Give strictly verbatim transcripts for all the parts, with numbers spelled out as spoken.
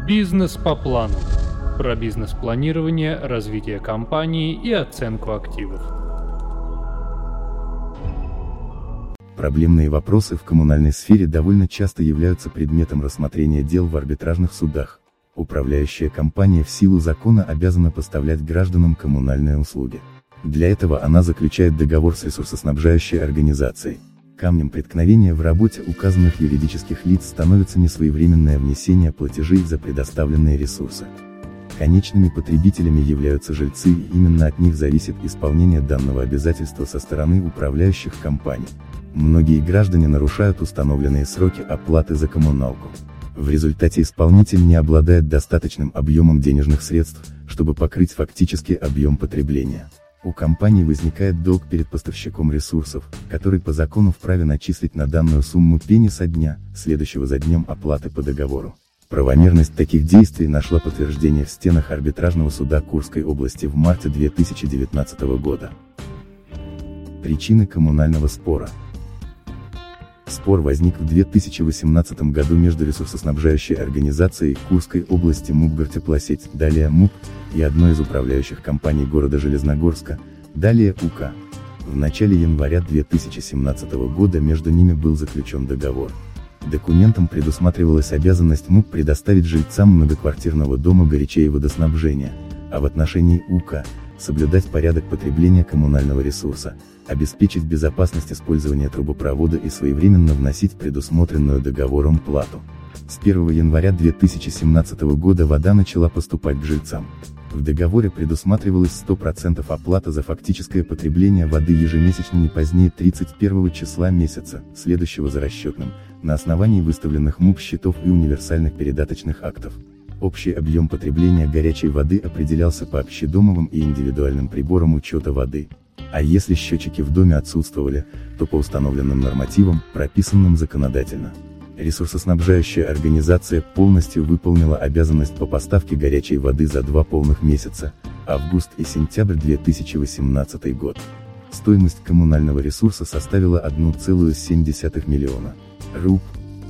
Бизнес по плану. Про бизнес-планирование, развитие компании и оценку активов. Проблемные вопросы в коммунальной сфере довольно часто являются предметом рассмотрения дел в арбитражных судах. Управляющая компания в силу закона обязана поставлять гражданам коммунальные услуги. Для этого она заключает договор с ресурсоснабжающей организацией. Камнем преткновения в работе указанных юридических лиц становится несвоевременное внесение платежей за предоставленные ресурсы. Конечными потребителями являются жильцы, и именно от них зависит исполнение данного обязательства со стороны управляющих компаний. Многие граждане нарушают установленные сроки оплаты за коммуналку. В результате исполнитель не обладает достаточным объемом денежных средств, чтобы покрыть фактический объем потребления. У компании возникает долг перед поставщиком ресурсов, который по закону вправе начислить на данную сумму пени со дня, следующего за днем оплаты по договору. Правомерность таких действий нашла подтверждение в стенах арбитражного суда Курской области в марте две тысячи девятнадцатого года. Причины коммунального спора. Спор возник в две тысячи восемнадцатом году между ресурсоснабжающей организацией Курской области МУП «Гортеплосеть», далее МУП, и одной из управляющих компаний города Железногорска, далее УК. В начале января две тысячи семнадцатого года между ними был заключен договор. Документом предусматривалась обязанность МУП предоставить жильцам многоквартирного дома горячее и водоснабжение, а в отношении УК – соблюдать порядок потребления коммунального ресурса, обеспечить безопасность использования трубопровода и своевременно вносить предусмотренную договором плату. С первого января две тысячи семнадцатого года вода начала поступать к жильцам. В договоре предусматривалось сто процентов оплата за фактическое потребление воды ежемесячно не позднее тридцать первого числа месяца, следующего за расчетным, на основании выставленных МУП счетов и универсальных передаточных актов. Общий объем потребления горячей воды определялся по общедомовым и индивидуальным приборам учета воды. А если счетчики в доме отсутствовали, то по установленным нормативам, прописанным законодательно. Ресурсоснабжающая организация полностью выполнила обязанность по поставке горячей воды за два полных месяца, август и сентябрь две тысячи восемнадцатый год. Стоимость коммунального ресурса составила одна целая семь десятых миллиона руб.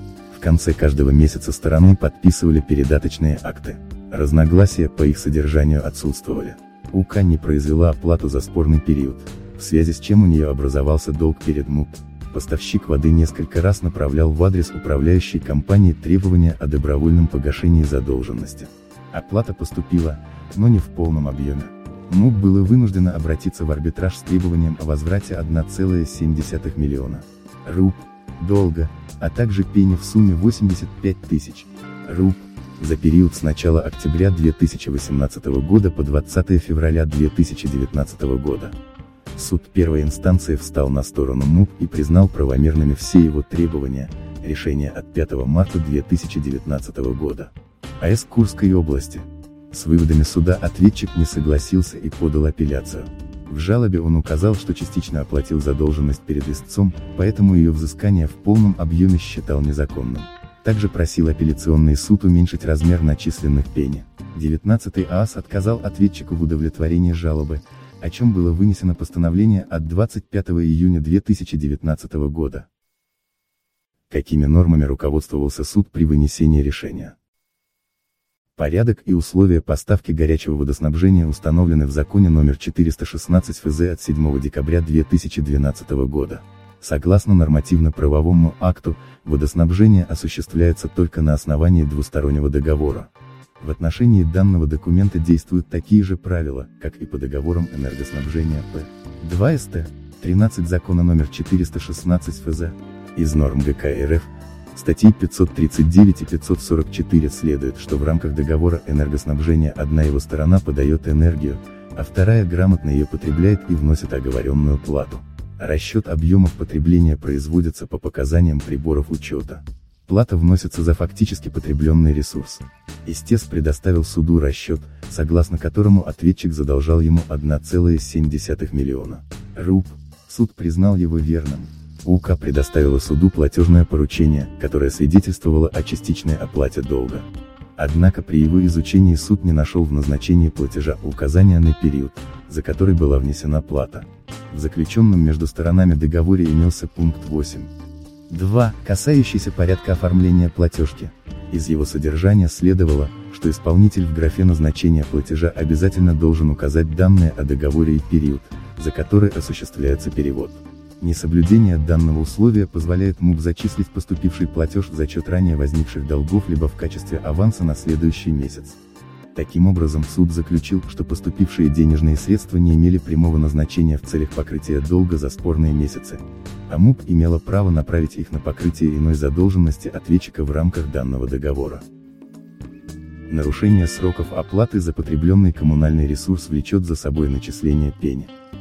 В конце каждого месяца стороны подписывали передаточные акты. Разногласия по их содержанию отсутствовали. УК не произвела оплату за спорный период, в связи с чем у нее образовался долг перед МУП. Поставщик воды несколько раз направлял в адрес управляющей компании требования о добровольном погашении задолженности. Оплата поступила, но не в полном объеме. МУП было вынуждено обратиться в арбитраж с требованием о возврате одна целая семь десятых миллиона руб долга, а также пени в сумме восемьдесят пять тысяч руб за период с начала октября две тысячи восемнадцатого года по двадцатое февраля две тысячи девятнадцатого года. Суд первой инстанции встал на сторону МУП и признал правомерными все его требования, решение от пятого марта две тысячи девятнадцатого года. АЭС Курской области. С выводами суда ответчик не согласился и подал апелляцию. В жалобе он указал, что частично оплатил задолженность перед истцом, поэтому ее взыскание в полном объеме считал незаконным. Также просил апелляционный суд уменьшить размер начисленных пени. девятнадцатый ААС отказал ответчику в удовлетворении жалобы, о чем было вынесено постановление от двадцать пятого июня две тысячи девятнадцатого года. Какими нормами руководствовался суд при вынесении решения? Порядок и условия поставки горячего водоснабжения установлены в законе номер четыреста шестнадцать эф зэ от седьмого декабря две тысячи двенадцатого года. Согласно нормативно-правовому акту, водоснабжение осуществляется только на основании двустороннего договора. В отношении данного документа действуют такие же правила, как и по договорам энергоснабжения П. два эс тэ, тринадцать закона номер четыреста шестнадцать эф зэ. Из норм гэ ка эр эф, статьи пятьсот тридцать девять и пятьсот сорок четыре следует, что в рамках договора энергоснабжения одна его сторона подает энергию, а вторая грамотно ее потребляет и вносит оговоренную плату. Расчет объемов потребления производится по показаниям приборов учета. Плата вносится за фактически потребленный ресурс. Истец предоставил суду расчет, согласно которому ответчик задолжал ему одна целая семь десятых миллиона руб. Суд признал его верным. УК предоставила суду платежное поручение, которое свидетельствовало о частичной оплате долга. Однако при его изучении суд не нашел в назначении платежа указания на период, за который была внесена плата. В заключенном между сторонами договоре имелся пункт восемь точка два, касающийся порядка оформления платежки. Из его содержания следовало, что исполнитель в графе назначения платежа обязательно должен указать данные о договоре и период, за который осуществляется перевод. Несоблюдение данного условия позволяет МУП зачислить поступивший платеж в зачет ранее возникших долгов либо в качестве аванса на следующий месяц. Таким образом, суд заключил, что поступившие денежные средства не имели прямого назначения в целях покрытия долга за спорные месяцы, а МУП имела право направить их на покрытие иной задолженности ответчика в рамках данного договора. Нарушение сроков оплаты за потребленный коммунальный ресурс влечет за собой начисление пени.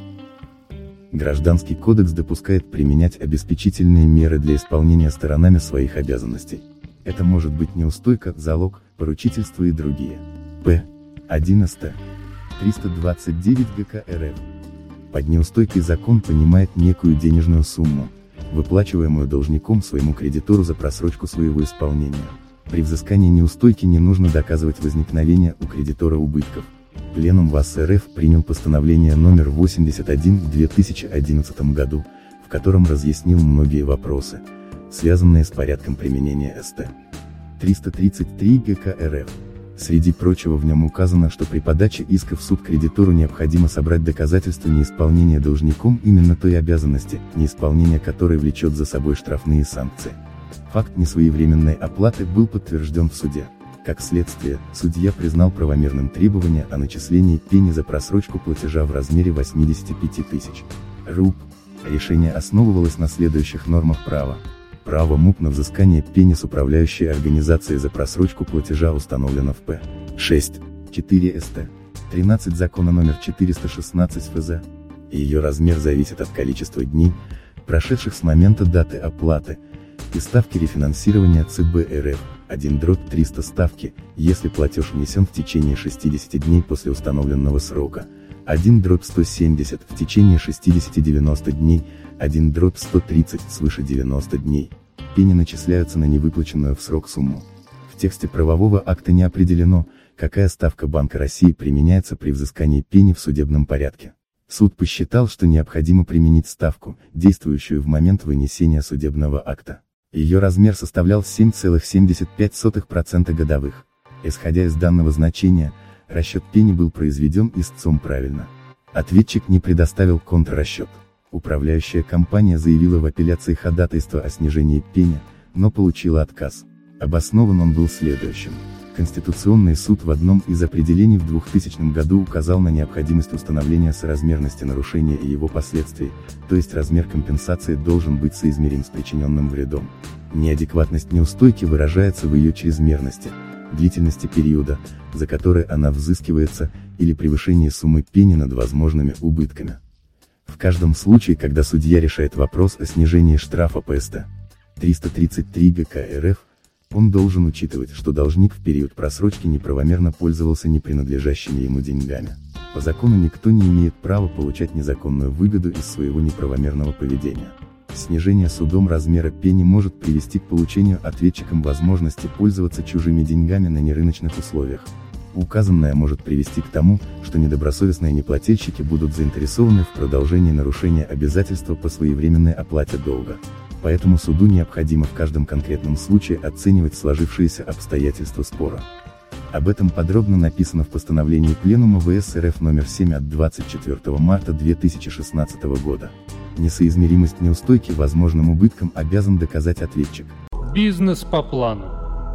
Гражданский кодекс допускает применять обеспечительные меры для исполнения сторонами своих обязанностей. Это может быть неустойка, залог, поручительство и другие. П. одиннадцать. триста двадцать девять гэ ка эр эф. Под неустойкой закон понимает некую денежную сумму, выплачиваемую должником своему кредитору за просрочку своего исполнения. При взыскании неустойки не нужно доказывать возникновение у кредитора убытков. Пленум ВАС эр эф принял постановление номер восемьдесят один в две тысячи одиннадцатом году, в котором разъяснил многие вопросы, связанные с порядком применения эс тэ. триста тридцать три гэ ка эр эф. Среди прочего в нем указано, что при подаче иска в суд кредитору необходимо собрать доказательства неисполнения должником именно той обязанности, неисполнение которой влечет за собой штрафные санкции. Факт несвоевременной оплаты был подтвержден в суде. Как следствие, судья признал правомерным требование о начислении пени за просрочку платежа в размере восьмидесяти пяти тысяч руб. Решение основывалось на следующих нормах права. Право МУП на взыскание пени с управляющей организацией за просрочку платежа установлено в П. шесть точка четыре эс тэ тринадцать закона номер четыреста шестнадцать эф зэ, и ее размер зависит от количества дней, прошедших с момента даты оплаты, и ставки рефинансирования цэ бэ эр эф, один дробь триста ставки, если платеж внесен в течение шестидесяти дней после установленного срока, один дробь сто семьдесят в течение шестидесяти девяноста дней, один дробь сто тридцать свыше девяноста дней. Пени начисляются на невыплаченную в срок сумму. В тексте правового акта не определено, какая ставка Банка России применяется при взыскании пени в судебном порядке. Суд посчитал, что необходимо применить ставку, действующую в момент вынесения судебного акта. Ее размер составлял семь целых семьдесят пять сотых процента годовых. Исходя из данного значения, расчет пени был произведен истцом правильно. Ответчик не предоставил контррасчет. Управляющая компания заявила в апелляции ходатайство о снижении пени, но получила отказ. Обоснован он был следующим. Конституционный суд в одном из определений в двухтысячном году указал на необходимость установления соразмерности нарушения и его последствий, то есть размер компенсации должен быть соизмерим с причиненным вредом. Неадекватность неустойки выражается в ее чрезмерности, длительности периода, за который она взыскивается, или превышении суммы пени над возможными убытками. В каждом случае, когда судья решает вопрос о снижении штрафа по эс тэ триста тридцать три гэ ка эр эф, он должен учитывать, что должник в период просрочки неправомерно пользовался непринадлежащими ему деньгами. По закону никто не имеет права получать незаконную выгоду из своего неправомерного поведения. Снижение судом размера пени может привести к получению ответчиком возможности пользоваться чужими деньгами на нерыночных условиях. Указанное может привести к тому, что недобросовестные неплательщики будут заинтересованы в продолжении нарушения обязательства по своевременной оплате долга. Поэтому суду необходимо в каждом конкретном случае оценивать сложившиеся обстоятельства спора. Об этом подробно написано в постановлении Пленума вэ эс эр эф номер семь от двадцать четвёртого марта две тысячи шестнадцатого года. Несоизмеримость неустойки возможным убытком обязан доказать ответчик. Бизнес по плану.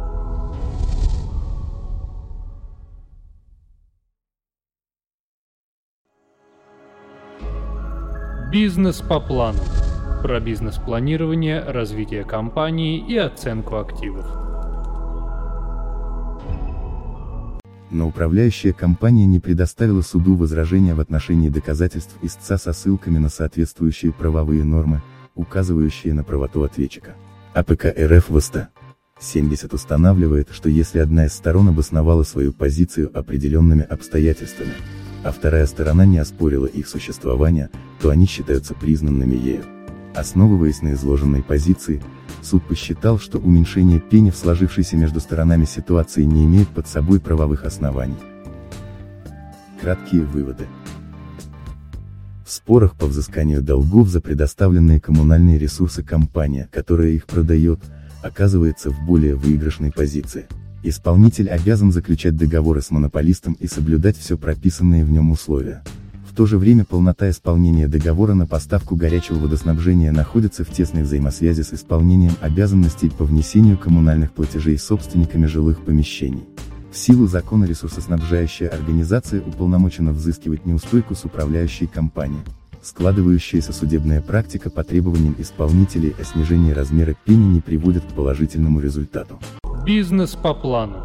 Бизнес по плану. Про бизнес-планирование, развитие компании и оценку активов. Но управляющая компания не предоставила суду возражения в отношении доказательств истца со ссылками на соответствующие правовые нормы, указывающие на правоту ответчика. а пэ ка эр эф вэ эс тэ семьдесят устанавливает, что если одна из сторон обосновала свою позицию определенными обстоятельствами, а вторая сторона не оспорила их существование, то они считаются признанными ею. Основываясь на изложенной позиции, суд посчитал, что уменьшение пени в сложившейся между сторонами ситуации не имеет под собой правовых оснований. Краткие выводы. В спорах по взысканию долгов за предоставленные коммунальные ресурсы компания, которая их продает, оказывается в более выигрышной позиции. Исполнитель обязан заключать договоры с монополистом и соблюдать все прописанные в нем условия. В то же время полнота исполнения договора на поставку горячего водоснабжения находится в тесной взаимосвязи с исполнением обязанностей по внесению коммунальных платежей собственниками жилых помещений. В силу закона ресурсоснабжающая организация уполномочена взыскивать неустойку с управляющей компанией. Складывающаяся судебная практика по требованиям исполнителей о снижении размера пени не приводит к положительному результату. Бизнес по плану.